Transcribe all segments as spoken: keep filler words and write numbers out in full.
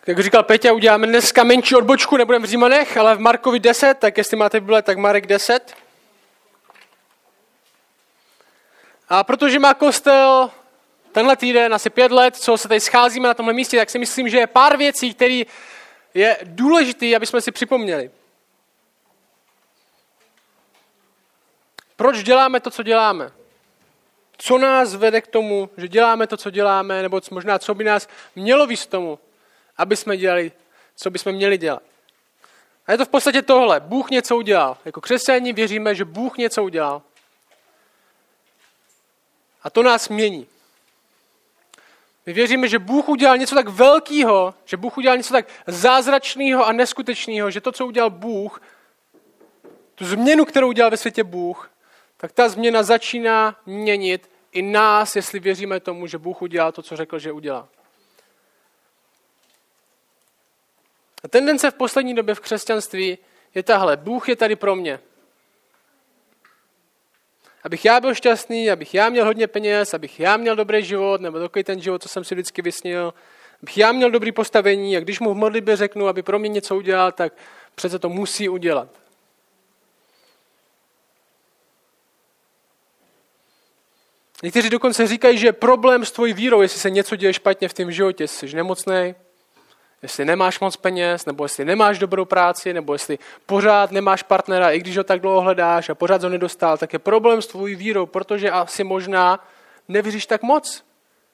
Jak říkal Peťa, uděláme dneska menší odbočku, nebudeme v Římanech, ale v Markovi deset, tak jestli máte Bible, tak Marek deset. A protože má kostel tenhle týden asi pět let, co se tady scházíme na tomhle místě, tak si myslím, že je pár věcí, které je důležité, aby jsme si připomněli. Proč děláme to, co děláme? Co nás vede k tomu, že děláme to, co děláme, nebo možná co by nás mělo víc tomu, aby jsme dělali, co bychom měli dělat. A je to v podstatě tohle. Bůh něco udělal. Jako křesťané věříme, že Bůh něco udělal. A to nás mění. My věříme, že Bůh udělal něco tak velkého, že Bůh udělal něco tak zázračného a neskutečného, že to, co udělal Bůh, tu změnu, kterou udělal ve světě Bůh, tak ta změna začíná měnit i nás, jestli věříme tomu, že Bůh udělal to, co řekl, že udělá. A tendence v poslední době v křesťanství je tahle. Bůh je tady pro mě. Abych já byl šťastný, abych já měl hodně peněz, abych já měl dobrý život, nebo takový ten život, co jsem si vždycky vysnil, abych já měl dobrý postavení a když mu v modlitbě řeknu, aby pro mě něco udělal, tak přece to musí udělat. Někteří dokonce říkají, že je problém s tvojí vírou, jestli se něco děje špatně v tom životě, jestli jsi nemocnej, jestli nemáš moc peněz, nebo jestli nemáš dobrou práci, nebo jestli pořád nemáš partnera, i když ho tak dlouho hledáš a pořád ho nedostal, tak je problém s tvojí vírou, protože asi možná nevěříš tak moc.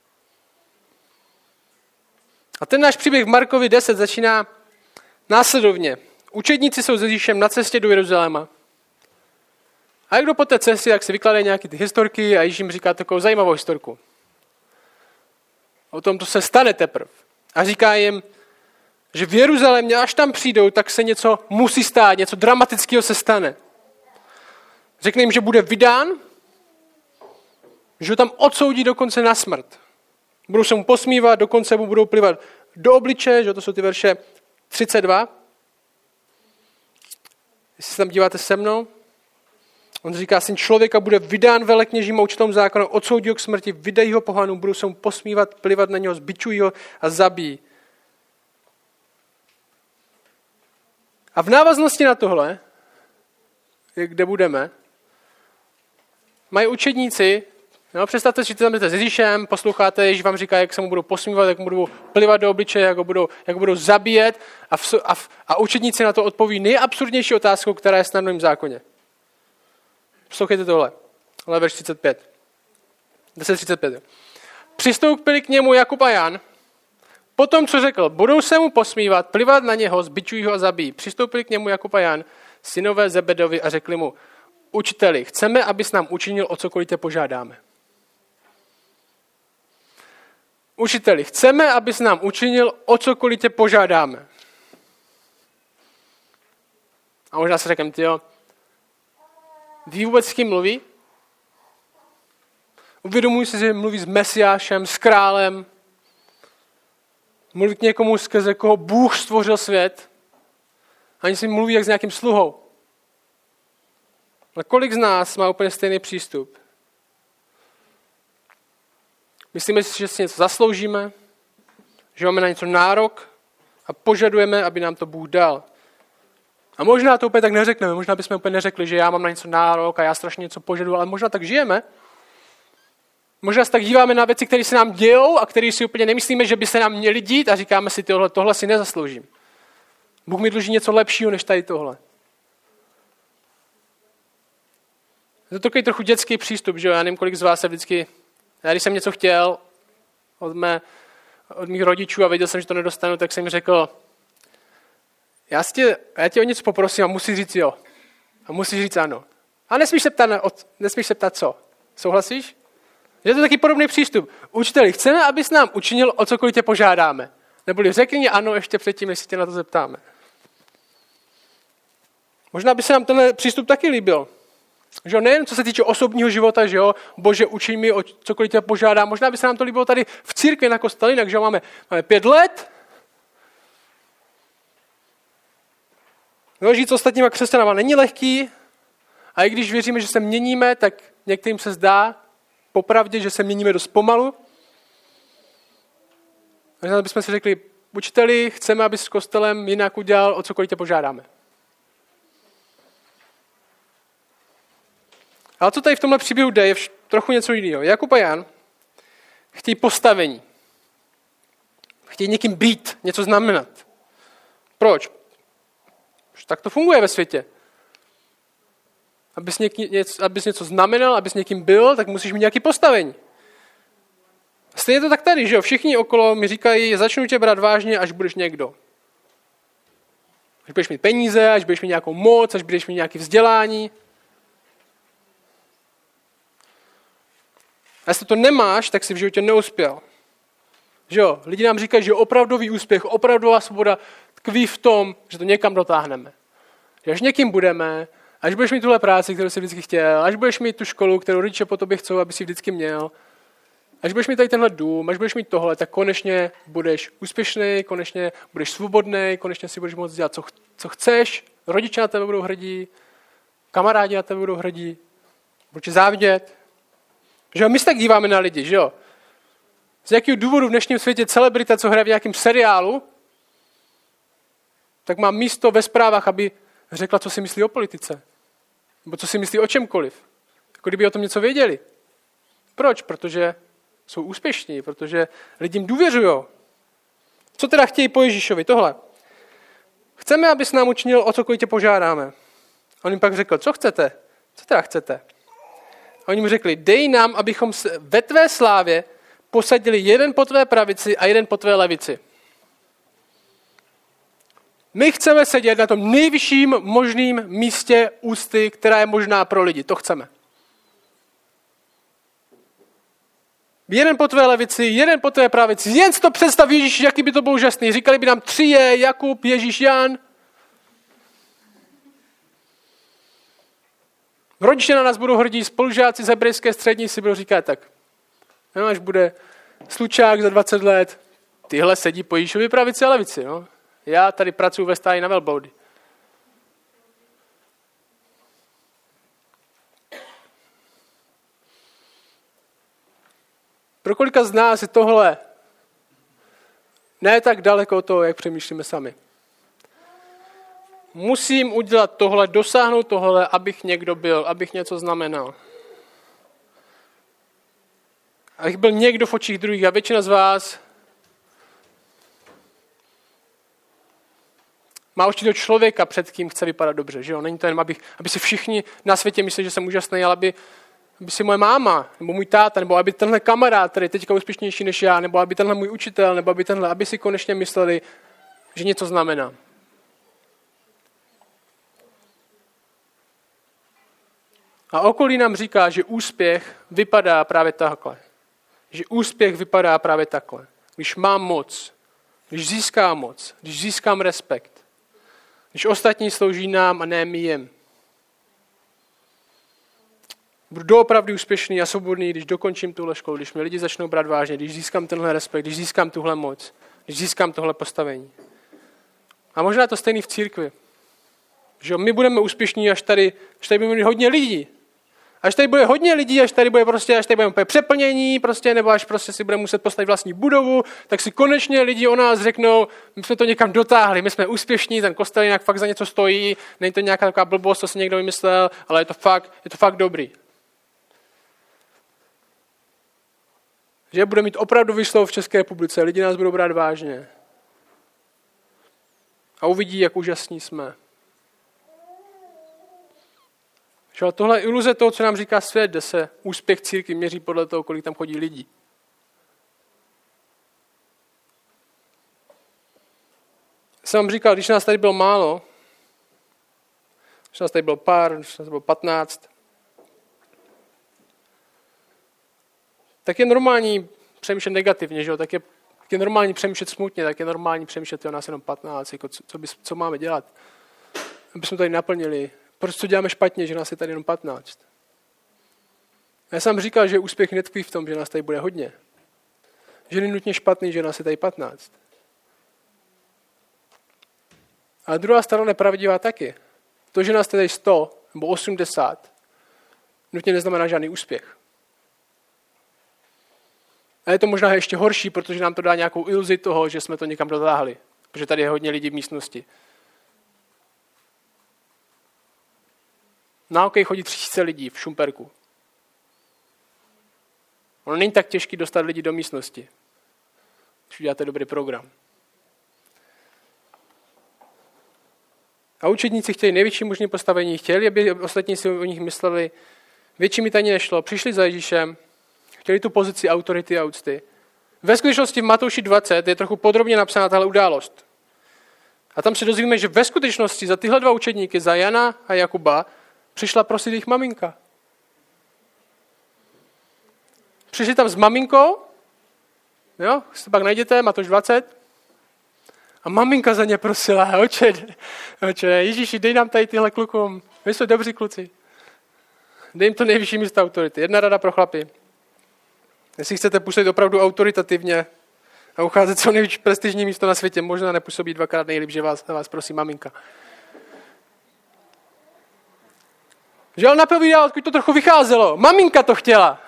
A ten náš příběh v Markovi deset začíná následovně. Učedníci jsou s Ježíšem na cestě do Jeruzaléma. A jak kdo po té cestě, tak si vykladají nějaké ty historky a Ježíš jim říká takovou zajímavou historku. O tom, to se stane teprve. A říká jim, že v Jeruzalémě, až tam přijdou, tak se něco musí stát, něco dramatického se stane. Řekne jim, že bude vydán, že ho tam odsoudí dokonce na smrt. Budou se mu posmívat, dokonce mu budou plivat do obličeje, že to jsou ty verše třicet dva. Jestli se tam díváte se mnou. On říká, syn člověka bude vydán velekněžím a učitelům zákona, odsoudí ho k smrti, vydají ho pohanům, budou se mu posmívat, plivat na něho, zbičují ho a zabijí. A v návaznosti na tohle, kde budeme, mají učedníci, no, představte si, že tam jdete s Ježíšem, posloucháte, Ježíš vám říká, jak se mu budou posmívat, jak mu budou plivat do obličeje, jak ho budou, jak ho budou zabíjet a, v, a, v, a učedníci na to odpoví nejabsurdnější otázkou, která je snad v Novém zákoně. Poslouchejte tohle, ale verš třicet pět. deset třicet pět. Přistoupili k němu Jakub a Jan, potom, co řekl, budou se mu posmívat, plivat na něho, zbičují ho a zabijí. Přistoupili k němu Jakub a Jan, synové Zebedovi, a řekli mu, učiteli, chceme, abys nám učinil, o cokoliv tě požádáme. Učiteli, chceme, abys nám učinil, o cokoliv tě požádáme. A možná se řekneme, tyjo, ví vůbec s kým mluví? Uvědomuji si, že mluví s Mesiášem, s králem, mluví k někomu, skrze koho Bůh stvořil svět, ani si mluví jak s nějakým sluhou. Ale kolik z nás má úplně stejný přístup? Myslíme si, že si něco zasloužíme, že máme na něco nárok a požadujeme, aby nám to Bůh dal. A možná to úplně tak neřekneme, možná bychom úplně neřekli, že já mám na něco nárok a já strašně něco požaduju, ale možná tak žijeme. Možná se tak díváme na věci, které se nám dějou a které si úplně nemyslíme, že by se nám měly dít a říkáme si, tohle, tohle si nezasloužím. Bůh mi dluží něco lepšího, než tady tohle. Je to takový trochu dětský přístup, že jo? Já nevím, kolik z vás se vždycky... Já když jsem něco chtěl od, mé, od mých rodičů a věděl jsem, že to nedostanu, tak jsem jim řekl, já, tě, já tě o něco poprosím a musíš říct jo. A musíš říct ano. A nesmíš se ptát, na, nesmíš se ptát co. Souhlasíš? Je to taky podobný přístup. Učiteli, chceme, abys nám učinil, o cokoliv tě požádáme. Neboli řekni ano ještě předtím, než se tě na to zeptáme. Možná by se nám tenhle přístup taky líbil. Že jo, nejen co se týče osobního života, že jo, Bože, učiň mi, o cokoliv tě požádám. Možná by se nám to líbilo tady v církvi na kosteli, takže máme, máme pět let. No, žít s ostatníma křesťanama není lehký. A i když věříme, že se měníme, tak některým se zdá popravdě, že se měníme dost pomalu. Možná bychom si řekli, učiteli, chceme, aby s kostelem jinak udělal, o cokoliv tě požádáme. Ale co tady v tomhle příběhu jde, je vš- trochu něco jiného. Jakub a Jan chtějí postavení. Chtějí někým být, něco znamenat. Proč? Tak to funguje ve světě. Abys, něký, něco, abys něco znamenal, abys někým byl, tak musíš mít nějaké postavení. Stejně to tak tady, že jo? Všichni okolo mi říkají, začnu tě brát vážně, až budeš někdo. Až budeš mít peníze, až budeš mít nějakou moc, až budeš mít nějaké vzdělání. A jestli to nemáš, tak si v životě neuspěl. Že jo? Lidi nám říkají, že opravdový úspěch, opravdová svoboda tkví v tom, že to někam dotáhneme. Že až někým budeme, až budeš mít tuhle práci, kterou jsi vždycky chtěl, až budeš mít tu školu, kterou rodiče po tobě chcou, aby si vždycky měl, až budeš mít tady tenhle dům, až budeš mít tohle, tak konečně budeš úspěšný, konečně budeš svobodný, konečně si budeš moct dělat, co, co chceš, rodiče na tebe budou hrdí, kamarádi na tebe budou hrdí, budou tě závidět. Že jo? My se tak díváme na lidi, že jo? Z jakého důvodu v dnešním světě celebrita, co hraje v nějakém seriálu, tak má místo ve zprávách, aby řekla, co si myslí o politice. Nebo co si myslí o čemkoliv. Jako kdyby o tom něco věděli. Proč? Protože jsou úspěšní, protože lidem důvěřují. Co teda chtějí po Ježíšovi? Tohle. Chceme, abys nám učinil, o cokoliv tě požádáme. On jim pak řekl, co chcete? Co teda chcete? A oni mu řekli, dej nám, abychom ve tvé slávě posadili jeden po tvé pravici a jeden po tvé levici. My chceme sedět na tom nejvyšším možným místě úcty, která je možná pro lidi. To chceme. Jeden po tvé levici, jeden po tvé pravici. Jen si to představ, Ježíš, jaký by to byl úžasný. Říkali by nám tři je, Jakub, Ježíš, Jan. Rodiče na nás budou hrdí, spolužáci z hebrejské střední si budou říkat tak. No, až bude slučák za dvacet let, tyhle sedí po Ježíšově pravici a levici. No. Já tady pracuji ve stáji na velbloudy. Pro kolika z nás je tohle ne tak daleko od toho, jak přemýšlíme sami. Musím udělat tohle, dosáhnout tohle, abych někdo byl, abych něco znamenal. Abych byl někdo v očích druhých. A většina z vás má určitého člověka, před kým chce vypadat dobře. Že jo? Není to jen, aby, aby si všichni na světě mysleli, že jsem úžasný, ale aby, aby si moje máma, nebo můj táta, nebo aby tenhle kamarád, který je teďka úspěšnější než já, nebo aby tenhle můj učitel, nebo aby tenhle, aby si konečně mysleli, že něco znamená. A okolí nám říká, že úspěch vypadá právě takhle. Že úspěch vypadá právě takhle. Když mám moc, když získám moc, když získám respekt, když ostatní slouží nám a ne my jim. Budu doopravdy úspěšný a svobodný, když dokončím tuhle školu, když mě lidi začnou brát vážně, když získám tenhle respekt, když získám tuhle moc, když získám tohle postavení. A možná je to stejný v církvi. Že my budeme úspěšní, až tady, až tady budeme mít hodně lidí. Až tady bude hodně lidí, až tady bude prostě, až tady budeme přeplnění, prostě, nebo až prostě si budeme muset postavit vlastní budovu, tak si konečně lidi o nás řeknou, my jsme to někam dotáhli, my jsme úspěšní, ten kostel nějak fakt za něco stojí, není to nějaká taková blbost, co si někdo vymyslel, ale je to fakt, je to fakt dobrý. Že budeme mít opravdový slovo v České republice, lidi nás budou brát vážně. A uvidí, jak úžasní jsme. Že tohle je iluze toho, co nám říká svět, kde se úspěch církvi měří podle toho, kolik tam chodí lidí. Jsem vám říkal, když nás tady bylo málo, když nás tady bylo pár, když nás tady bylo patnáct, tak je normální přemýšlet negativně, že jo? Tak, je, tak je normální přemýšlet smutně, tak je normální přemýšlet, jo, nás jenom patnáct, jako co, co, bys, co máme dělat, aby jsme tady naplnili. Proč to děláme špatně, že nás je tady jenom patnáct? Já jsem říkal, že úspěch netkví v tom, že nás tady bude hodně. Že není nutně špatný, že nás je tady patnáct. Ale druhá strana je pravdivá taky. To, že nás tady sto nebo osmdesát, nutně neznamená žádný úspěch. A je to možná ještě horší, protože nám to dá nějakou iluzi toho, že jsme to někam dotáhli. Protože tady je hodně lidí v místnosti. Na hokej chodí tři tisíce lidí v Šumperku. Ono není tak těžký dostat lidi do místnosti, když uděláte dobrý program. A učedníci chtěli největší možné postavení, chtěli, aby ostatní si o nich mysleli. Větší mi to ani nešlo, přišli za Ježíšem, chtěli tu pozici autority a úcty. Ve skutečnosti v Matouši dvacet je trochu podrobně napsána tahle událost. A tam se dozvíme, že ve skutečnosti za tyhle dva učedníky, za Jana a Jakuba, přišla prosit jejich maminka. Přišli tam s maminkou, jo, si to pak najděte, Matouš dvacet, a maminka za ně prosila, oče, oče, Ježíši, dej nám tady tyhle klukům, my jsou dobří kluci. Dej jim to nejvyšší místo autority. Jedna rada pro chlapy. Jestli chcete působit opravdu autoritativně a ucházet co nejvíc prestižní místo na světě, možná nepůsobí dvakrát nejlíp, že vás, vás prosí maminka. Že on napovídal, odkud to trochu vycházelo. Maminka to chtěla.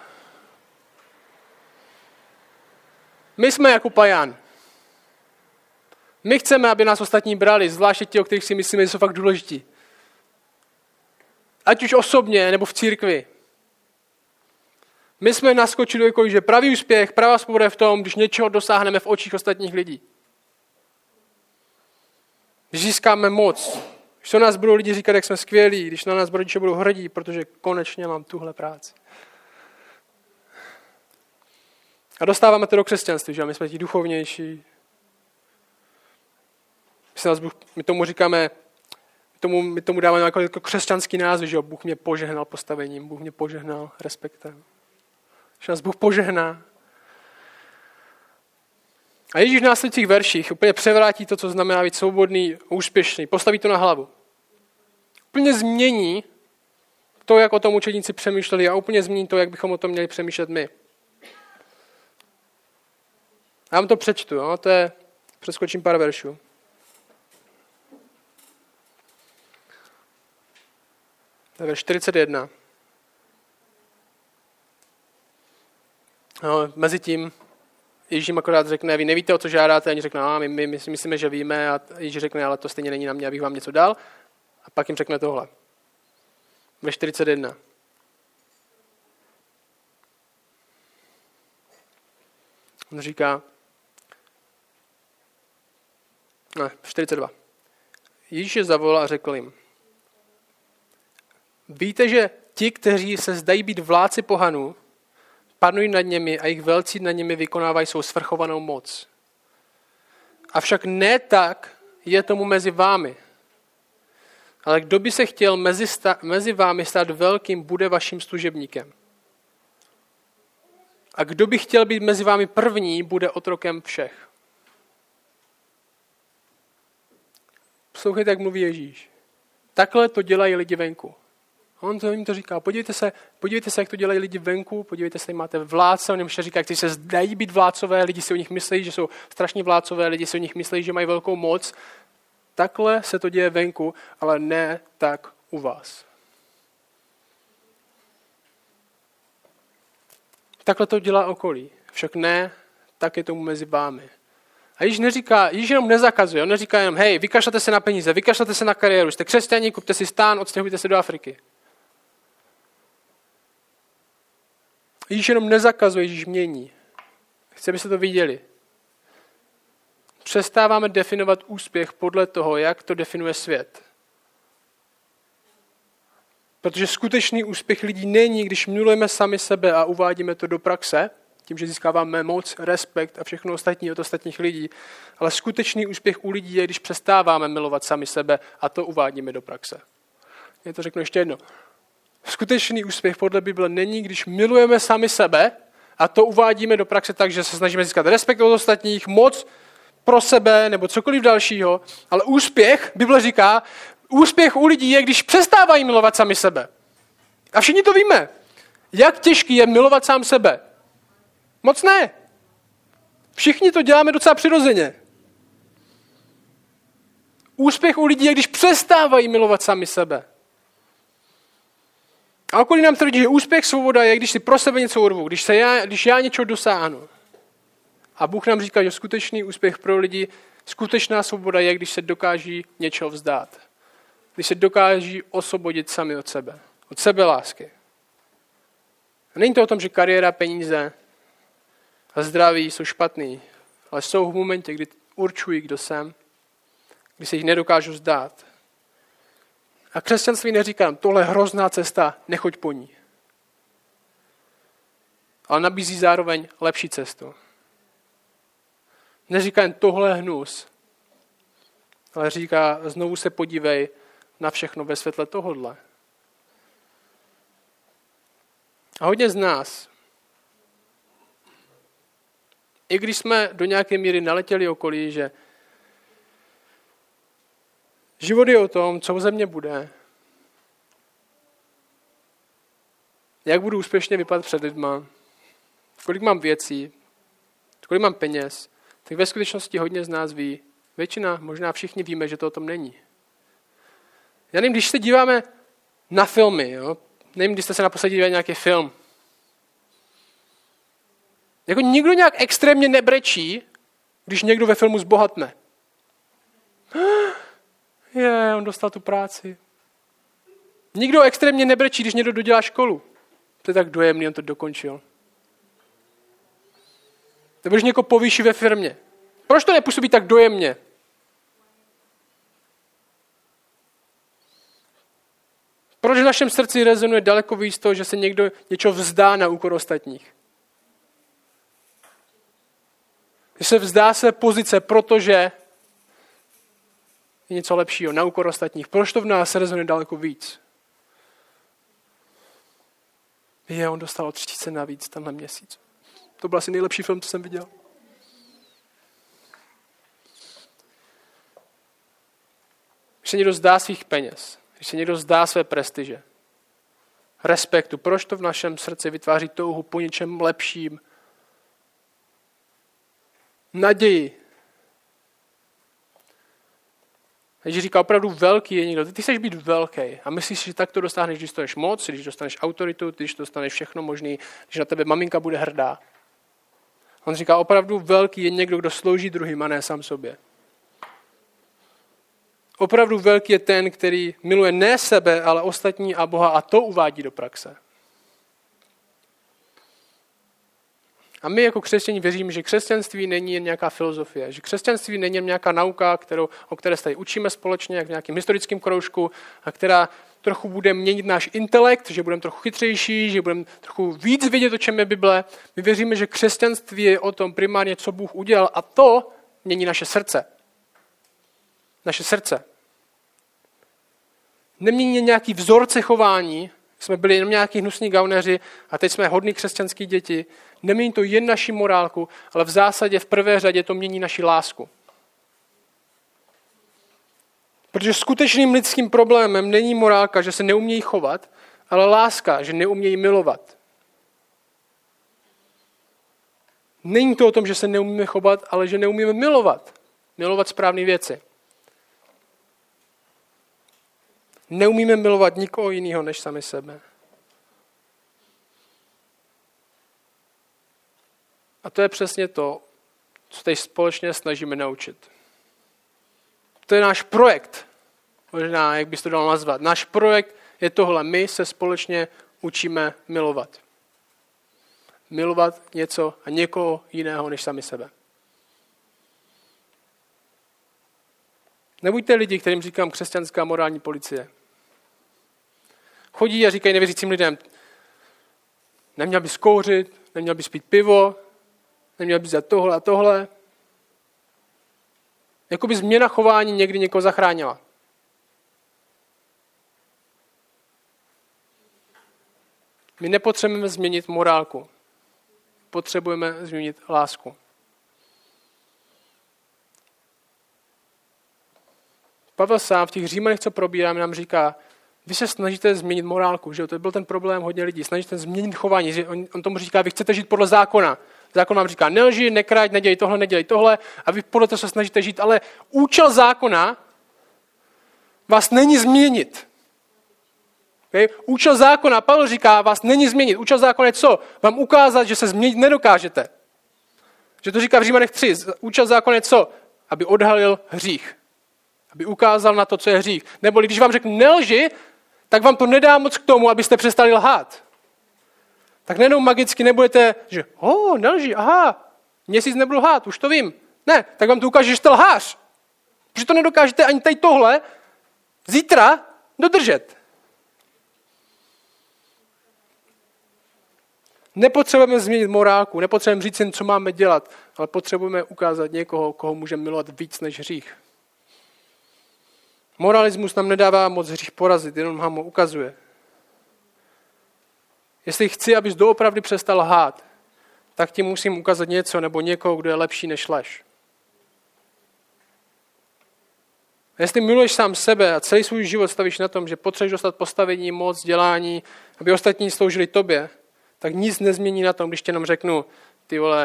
My jsme jako Jan. My chceme, aby nás ostatní brali, zvláště ti, o kterých si myslíme, že jsou fakt důležití. Ať už osobně, nebo v církvi. My jsme naskočili jako, že pravý úspěch, pravá svoboda je v tom, když něčeho dosáhneme v očích ostatních lidí. Když získáme moc, když o nás budou lidi říkat, jak jsme skvělí, když na nás rodiče budou hrdí, protože konečně mám tuhle práci. A dostáváme to do křesťanství, že my jsme ti duchovnější. My, my tomu říkáme, my tomu, my tomu dáváme jako, jako křesťanský název, že jo? Bůh mě požehnal postavením, Bůh mě požehnal respektem. Že nás Bůh požehná. A Ježíš v následujících verších úplně převrátí to, co znamená být svobodný, úspěšný, postaví to na hlavu. Úplně změní to, jak o tom učedníci přemýšleli a úplně změní to, jak bychom o tom měli přemýšlet my. Já vám to přečtu, no? To je, přeskočím pár veršů. To je verš čtyřicet jedna. No, mezi tím Ježíš jim akorát řekne, vy nevíte, o co žádáte, a oni řekne, no, my, my, my si myslíme, že víme, a Ježíš řekne, ale to stejně není na mě, abych vám něco dal. A pak jim řekne tohle. Ve čtyřicet jedna. On říká, ne, čtyřicet dva. Ježíš je zavolal a řekl jim, víte, že ti, kteří se zdají být vládci pohanů, panují nad nimi a jejich velcí nad nimi vykonávají svou svrchovanou moc. Avšak ne tak je tomu mezi vámi. Ale kdo by se chtěl mezi, sta- mezi vámi stát velkým, bude vaším služebníkem. A kdo by chtěl být mezi vámi první, bude otrokem všech. Poslouchejte, jak mluví Ježíš. Takhle to dělají lidi venku. On to jim to říká, podívejte se, podívejte se, jak to dělají lidi venku, podívejte se, jak máte vládce, on jim ještě říká, jak se zdají být vládcové, lidi si o nich myslí, že jsou strašní vládcové, lidi si o nich myslí, že mají velkou moc. Takhle se to děje venku, ale ne tak u vás. Takhle to dělá okolí, však ne, tak je tomu mezi vámi. A Ježíš neříká, Ježíš jenom nezakazuje, on neříká jenom, hej, vykašlete se na peníze, vykašlete se na kariéru, jste křesťaní, kupte si stán, odstěhujte se do Afriky. Ježíš jenom nezakazuje, Ježíš mění. Chce, abyste to viděli. Přestáváme definovat úspěch podle toho, jak to definuje svět. Protože skutečný úspěch lidí není, když milujeme sami sebe a uvádíme to do praxe, tím, že získáváme moc, respekt a všechno ostatní od ostatních lidí, ale skutečný úspěch u lidí je, když přestáváme milovat sami sebe a to uvádíme do praxe. Já to řeknu ještě jedno. Skutečný úspěch podle Bible není, když milujeme sami sebe a to uvádíme do praxe tak, že se snažíme získat respekt od ostatních, moc pro sebe nebo cokoliv dalšího, ale úspěch, Bible říká, úspěch u lidí je, když přestávají milovat sami sebe. A všichni to víme. Jak těžký je milovat sám sebe? Moc ne. Všichni to děláme docela přirozeně. Úspěch u lidí je, když přestávají milovat sami sebe. A okolí nám tvrdí, že úspěch, svoboda je, když si pro sebe něco urvu, když, se já, když já něčeho dosáhnu. A Bůh nám říká, že skutečný úspěch pro lidi, skutečná svoboda je, když se dokáží něčeho vzdát. Když se dokáží osvobodit sami od sebe. Od sebe lásky. A není to o tom, že kariéra, peníze a zdraví jsou špatný, ale jsou v momentě, kdy určují, kdo jsem, kdy se jich nedokážu vzdát. A křesťanství neříkám, tohle je hrozná cesta, nechoď po ní. Ale nabízí zároveň lepší cestu. Neříká jen tohle je hnus, ale říká, znovu se podívej na všechno ve světle tohodle. A hodně z nás, i když jsme do nějaké míry naletěli okolí, že život je o tom, co ze mě bude, jak budu úspěšně vypadat před lidma, kolik mám věcí, kolik mám peněz, tak ve skutečnosti hodně z nás ví, většina, možná všichni víme, že to o tom není. Já nevím, když se díváme na filmy, jo? Nevím, když jste se naposledy dívali nějaký film. Jako nikdo nějak extrémně nebrečí, když někdo ve filmu zbohatne. Je, on dostal tu práci. Nikdo extrémně nebrečí, když někdo dodělá školu. To je tak dojemný, on to dokončil. Nebo když někoho povýší ve firmě. Proč to nepůsobí tak dojemně? Proč v našem srdci rezonuje daleko víc to, že se někdo něčeho vzdá na úkor ostatních? Že se vzdá své pozice, protože je něco lepšího, na úkor ostatních. Proč to v nás rezonuje daleko víc? Je, on dostal o tři tisíce navíc tenhle měsíc. To byl asi nejlepší film, co jsem viděl. Když se někdo vzdá svých peněz, když se někdo vzdá své prestiže, respektu, proč to v našem srdci vytváří touhu po něčem lepším, naději. Ježíš říká, opravdu velký je někdo. Ty chceš být velký a myslíš, že tak to dostaneš, když dostaneš moc, když dostaneš autoritu, když dostaneš všechno možné, když na tebe maminka bude hrdá. On říká, opravdu velký je někdo, kdo slouží druhým a ne sám sobě. Opravdu velký je ten, který miluje ne sebe, ale ostatní a Boha a to uvádí do praxe. A my jako křesťané věříme, že křesťanství není jen nějaká filozofie, že křesťanství není jen nějaká nauka, kterou, o které se tady učíme společně, jak v nějakém historickém kroužku, a která trochu bude měnit náš intelekt, že budeme trochu chytřejší, že budeme trochu víc vědět, o čem je Bible. My věříme, že křesťanství je o tom primárně, co Bůh udělal, a to mění naše srdce. Naše srdce. Nemění nějaký vzorce chování, jsme byli jenom nějaký hnusní gauneři a teď jsme hodní křesťanský děti. Nemění to jen naši morálku, ale v zásadě v prvé řadě to mění naši lásku. Protože skutečným lidským problémem není morálka, že se neumějí chovat, ale láska, že neumějí milovat. Není to o tom, že se neumíme chovat, ale že neumíme milovat. Milovat správné věci. Neumíme milovat nikoho jiného než sami sebe. A to je přesně to, co teď společně snažíme naučit. To je náš projekt. Možná, jak bys to dal nazvat. Náš projekt je tohle. My se společně učíme milovat. Milovat něco a někoho jiného než sami sebe. Nebuďte lidi, kterým říkám křesťanská morální policie. Chodí a říkají nevěřícím lidem, neměl bys kouřit, neměl bys pít pivo, neměl bys dělat tohle a tohle. Jakoby změna chování někdy někoho zachránila. My nepotřebujeme změnit morálku. Potřebujeme změnit lásku. Pavel sám v těch Římanech, co probíráme, nám říká, vy se snažíte změnit morálku, že to byl ten problém hodně lidí, snažíte změnit chování. On, on tomu říká, vy chcete žít podle zákona. Zákon vám říká, nelži, nekrať, nedělej tohle, nedělej tohle a vy podle toho se snažíte žít, ale účel zákona vás není změnit. Okay? Účel zákona, Pavel říká, vás není změnit. Účel zákona je co? Vám ukázat, že se změnit nedokážete. Že to říká v Římanech tři. Účel zákona je co? Aby odhalil hřích. Aby ukázal na to, co je hřích. Neboli když vám řeknu nelži, tak vám to nedá moc k tomu, abyste přestali lhát. Tak nejenom magicky nebudete, že o, oh, nelži, aha, měsíc nebudu lhát, už to vím. Ne, tak vám to ukáže, že jste lhář. Protože to nedokážete ani tady tohle zítra dodržet. Nepotřebujeme změnit morálku, nepotřebujeme říct jen, co máme dělat, ale potřebujeme ukázat někoho, koho můžeme milovat víc než hřích. Moralismus nám nedává moc hřích porazit, jenom nám ho ukazuje. Jestli chci, abys doopravdy přestal lhát, tak ti musím ukázat něco nebo někoho, kdo je lepší než lež. Jestli miluješ sám sebe a celý svůj život stavíš na tom, že potřebuješ dostat postavení, moc, vzdělání, aby ostatní sloužili tobě, tak nic nezmění na tom, když tě jenom řeknu, ty vole,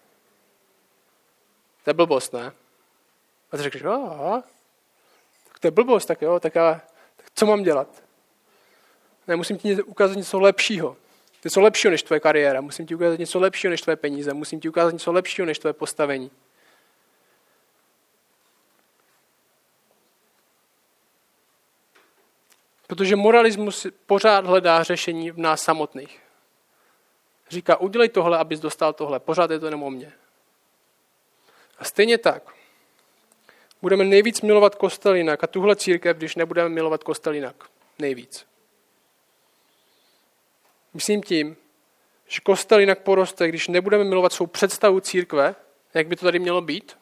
to je blbost, ne? A ty řekneš, aha, tak to je blbost, tak jo, tak, já, tak co mám dělat? Ne, musím ti ukázat něco lepšího. Něco lepšího než tvoje kariéra, musím ti ukázat něco lepšího než tvoje peníze, musím ti ukázat něco lepšího než tvoje postavení. Protože moralismus pořád hledá řešení v nás samotných. Říká, udělej tohle, abys dostal tohle. Pořád je to jenom o mně. A stejně tak. Budeme nejvíc milovat kostel jinak a tuhle církev, když nebudeme milovat kostel jinak. Nejvíc. Myslím tím, že kostel jinak poroste, když nebudeme milovat svou představu církve, jak by to tady mělo být,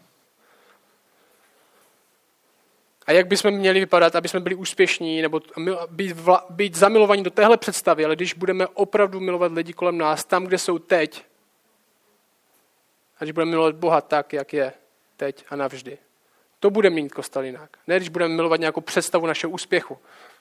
a jak bychom měli vypadat, aby jsme byli úspěšní, nebo být, vla, být zamilovaní do téhle představy, ale když budeme opravdu milovat lidi kolem nás, tam, kde jsou teď, a když budeme milovat Boha tak, jak je teď a navždy, to bude měnit kostel jinak. Ne, když budeme milovat nějakou představu našeho úspěchu.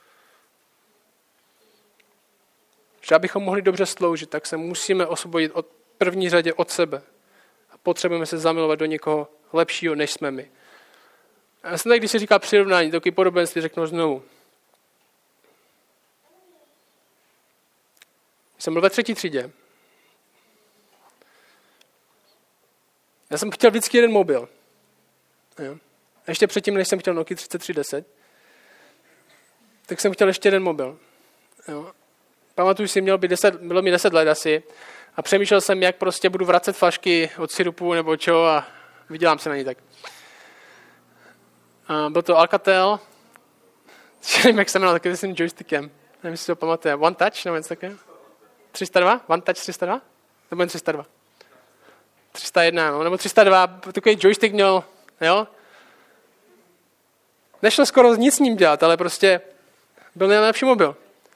Že abychom mohli dobře sloužit, tak se musíme osvobodit od první řadě od sebe. A potřebujeme se zamilovat do někoho lepšího, než jsme my. Já jsem tak, když se říká přirovnání, takový podobenství řeknu znovu. Jsem byl ve třetí třídě. Já jsem chtěl vždycky jeden mobil. Jo. A ještě předtím, než jsem chtěl Nokia třicet tři deset, tak jsem chtěl ještě jeden mobil. Jo. Pamatuju si, mělo, být deset, bylo mi deset let asi a přemýšlel jsem, jak prostě budu vracet flašky od syrupu nebo čo a vydělám se na ní tak. A byl to Alcatel, nevím, jak se jmenoval, takový s tím joystickem. Nevím, jestli si to pamatuje. One Touch, nebo něco takového? tři sta dva? One Touch tři sta dva? Nebo jen tři sta dva? tři sta jedna, no, nebo tři sta dva, takový joystick měl, jo? Nešlo skoro nic s ním dělat, ale prostě byl nejlepší mobil.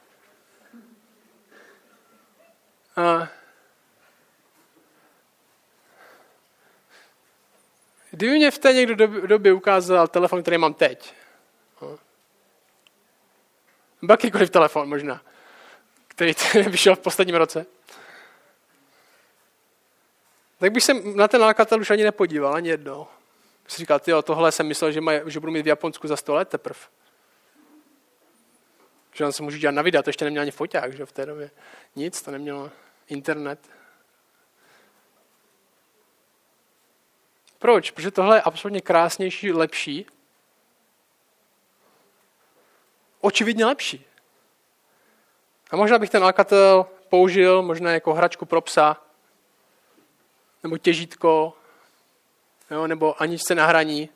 A kdyby mě v té někdo době ukázal telefon, který mám teď, nebo jakýkoliv telefon možná, který vyšel v posledním roce, tak bych se na ten Alcatel už ani nepodíval, ani jednou. Bych si říkal, tyjo, tohle jsem myslel, že, maj, že budu mít v Japonsku za sto let teprve. Že on se můžu dělat na videa, to ještě neměl ani foťák, že v té době. Nic, to nemělo internet. Proč? Protože tohle je absolutně krásnější, lepší. Očividně lepší. A možná bych ten Alcatel použil možná jako hračku pro psa, nebo těžítko, jo, nebo aničce na hraní.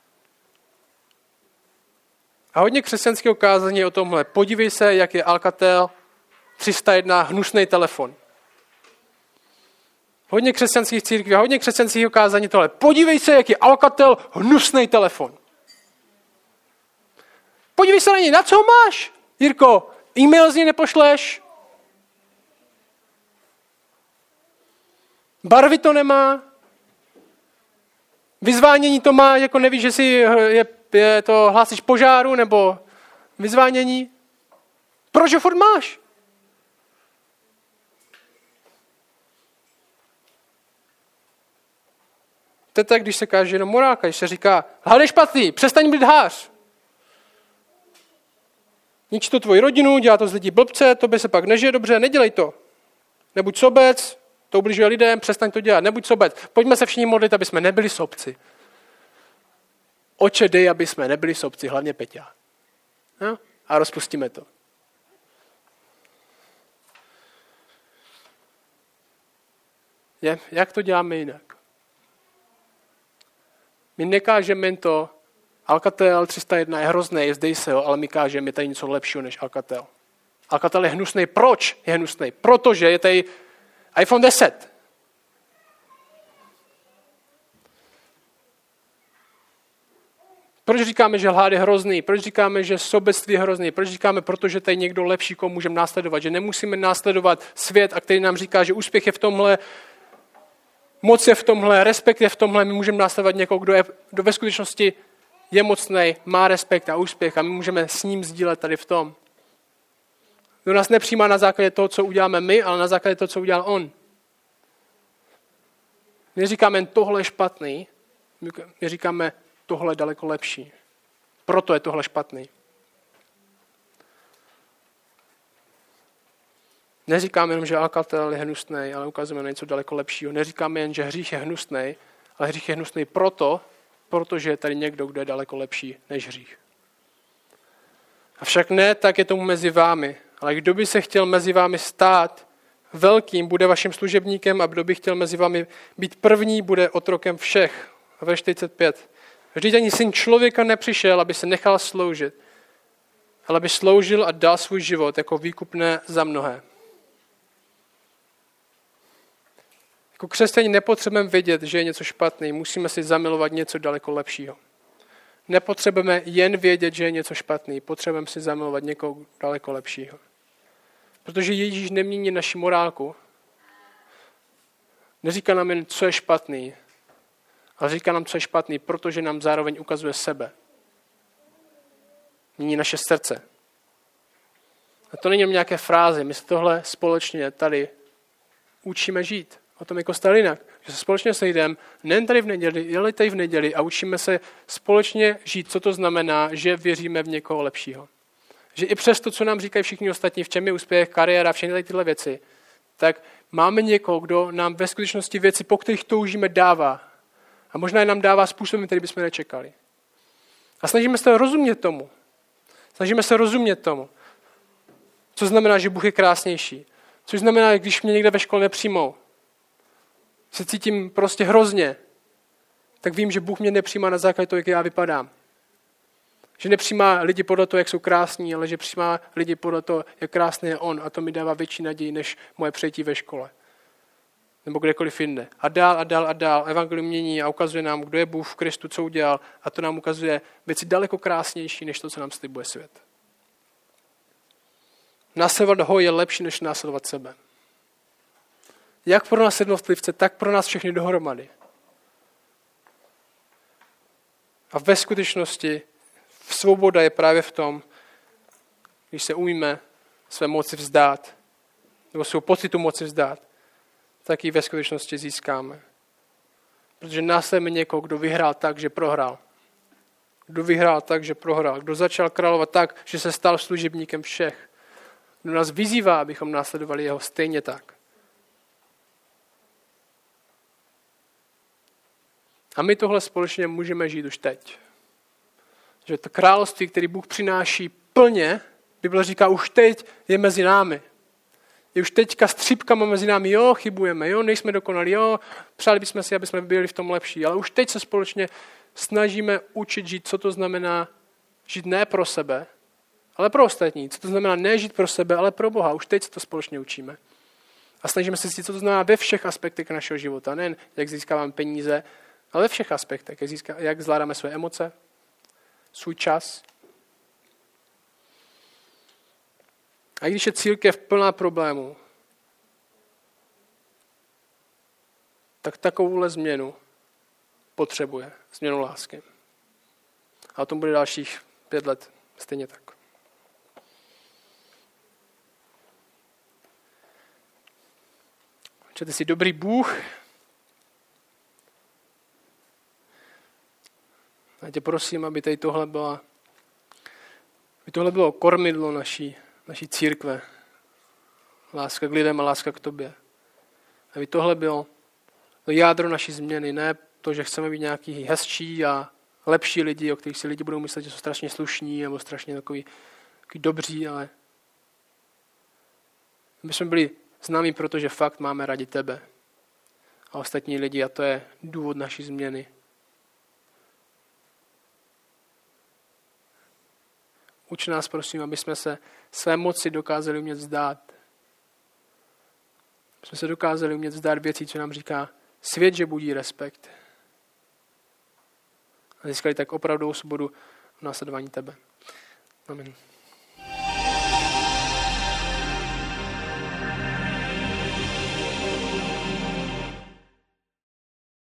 A hodně křesťanského kázání je o tomhle. Podívej se, jak je Alcatel tři sta jedna hnusný telefon. Hodně křesťanských církví a hodně křesťanského kázání tohle. Podívej se, jak je Alcatel hnusný telefon. Podívej se na něj, na co ho máš? Jirko, e-mail z něj nepošleš? Barvy to nemá? Vyzvánění to má, jako nevíš, že si je, je to hlásíš požáru nebo vyzvánění? Proč ho furt máš? To je tak, když se káže jenom morálka, když se říká, hádej špatný, přestaň být hář. Nič to tvoji rodinu, dělá to z lidí blbce, tobě se pak nežije dobře, nedělej to. Nebuď sobec, To ubližuje lidem, přestaň to dělat, nebuď sobec. Pojďme se všichni modlit, aby jsme nebyli sobci. Oče, dej, aby jsme nebyli sobci, hlavně Peťa. No? A rozpustíme to. Je, jak to děláme jinak? My nekážeme jen to, Alcatel tři sta jedna je hrozný, zdej se ho, ale my kážeme, je tady něco lepšího než Alcatel. Alcatel je hnusný. Proč je hnusný? Protože je tady iPhone deset. Proč říkáme, že lhát je hrozný? Proč říkáme, že sobectví je hrozný? Proč říkáme, protože tady někdo lepší, koho můžeme následovat? Že nemusíme následovat svět, a který nám říká, že úspěch je v tomhle, moc je v tomhle, respekt je v tomhle. My můžeme následovat někoho, kdo, je, kdo ve skutečnosti je mocný, má respekt a úspěch a my můžeme s ním sdílet tady v tom. Kdo nás nepřijímá na základě toho, co uděláme my, ale na základě toho, co udělal on. Neříkáme jen tohle je špatný, my říkáme tohle je daleko lepší. Proto je tohle špatný. Neříkáme jen, že Alcatel je hnusný, ale ukazujeme na něco daleko lepšího. Neříkáme jen, že hřích je hnusný, ale hřích je hnusný proto, protože je tady někdo, kdo je daleko lepší než hřích. Avšak ne, tak je tomu mezi vámi. Ale kdo by se chtěl mezi vámi stát velkým, bude vaším služebníkem, a kdo by chtěl mezi vámi být první, bude otrokem všech. A ve čtyřicet pět. Vždyť ani syn člověka nepřišel, aby se nechal sloužit, ale aby sloužil a dal svůj život jako výkupné za mnohé. Jako křesťané nepotřebujeme vědět, že je něco špatný, musíme si zamilovat něco daleko lepšího. Nepotřebujeme jen vědět, že je něco špatný, potřebujeme si zamilovat někoho daleko lepšího. Protože Ježíš nemění naši morálku. Neříká nám jen, co je špatný, ale říká nám, co je špatný, protože nám zároveň ukazuje sebe. Mění naše srdce. A to není jen nějaké fráze, my se tohle společně tady učíme žít. O tom je kostel jinak. Že se společně sejdeme, nejen tady v neděli, ale tady v neděli a učíme se společně žít, co to znamená, že věříme v někoho lepšího. Že i přes to, co nám říkají všichni ostatní, v čem je úspěch, kariéra, všechny tady tyhle věci, tak máme někoho, kdo nám ve skutečnosti věci, po kterých toužíme, dává. A možná je nám dává způsobem, který bychom nečekali. A snažíme se rozumět tomu. Snažíme se rozumět tomu. Co znamená, že Bůh je krásnější. Což znamená, když mě někde ve škole nepřijmou, se cítím prostě hrozně, tak vím, že Bůh mě nepřijímá na základě toho, jak já vypadám. Že nepřijímá lidi podle toho, jak jsou krásní, ale že přijímá lidi podle toho, jak krásný je on. A to mi dává větší naději, než moje přijetí ve škole. Nebo kdekoliv jinde. A dál a dál a dál. Evangelium mění a ukazuje nám, kdo je Bůh v Kristu, co udělal. A to nám ukazuje věci daleko krásnější, než to, co nám slibuje svět. Následovat ho je lepší, než následovat sebe. Jak pro nás jednotlivce, tak pro nás všechny dohromady. A ve skutečnosti svoboda je právě v tom, když se ujme své moci vzdát, nebo svou pocitu moci vzdát, tak ji ve skutečnosti získáme. Protože následujeme někoho, kdo vyhrál tak, že prohrál. Kdo vyhrál tak, že prohrál. Kdo začal královat tak, že se stal služebníkem všech. Kdo nás vyzývá, abychom následovali jeho stejně tak. A my tohle společně můžeme žít už teď. Že to království, který Bůh přináší plně, Bible říká, už teď je mezi námi. Je už teďka střípkama mezi námi, jo, chybujeme, jo, nejsme dokonalí, jo, přáli bychom si, aby jsme byli v tom lepší, ale už teď se společně snažíme učit žít, co to znamená žít ne pro sebe, ale pro ostatní. Co to znamená ne žít pro sebe, ale pro Boha. Už teď se to společně učíme. A snažíme se zjistit, co to znamená ve všech aspektech našeho života. Nejen jak získáváme peníze, ale ve všech aspektech. Jak, získá, jak zvládáme své emoce, svůj čas. A když je církev plná problémů, tak takovouhle změnu potřebuje. Změnu lásky. A o tom bude dalších pět let stejně tak. Čete si dobrý Bůh. Já tě prosím, aby tady tohle byla, aby tohle bylo kormidlo naší, naší církve. Láska k lidem a láska k tobě. Aby tohle bylo to jádro naší změny, ne to, že chceme být nějaký hezčí a lepší lidi, o kterých si lidi budou myslet, že jsou strašně slušní nebo strašně takový, takový dobří, ale my jsme byli známí, protože fakt máme rádi tebe a ostatní lidi a to je důvod naší změny. Uč nás, prosím, aby jsme se své moci dokázali umět vzdát. Aby jsme se dokázali umět vzdát věcí, co nám říká svět, že budí respekt. A získali tak opravdovou svobodu v následování tebe. Amen.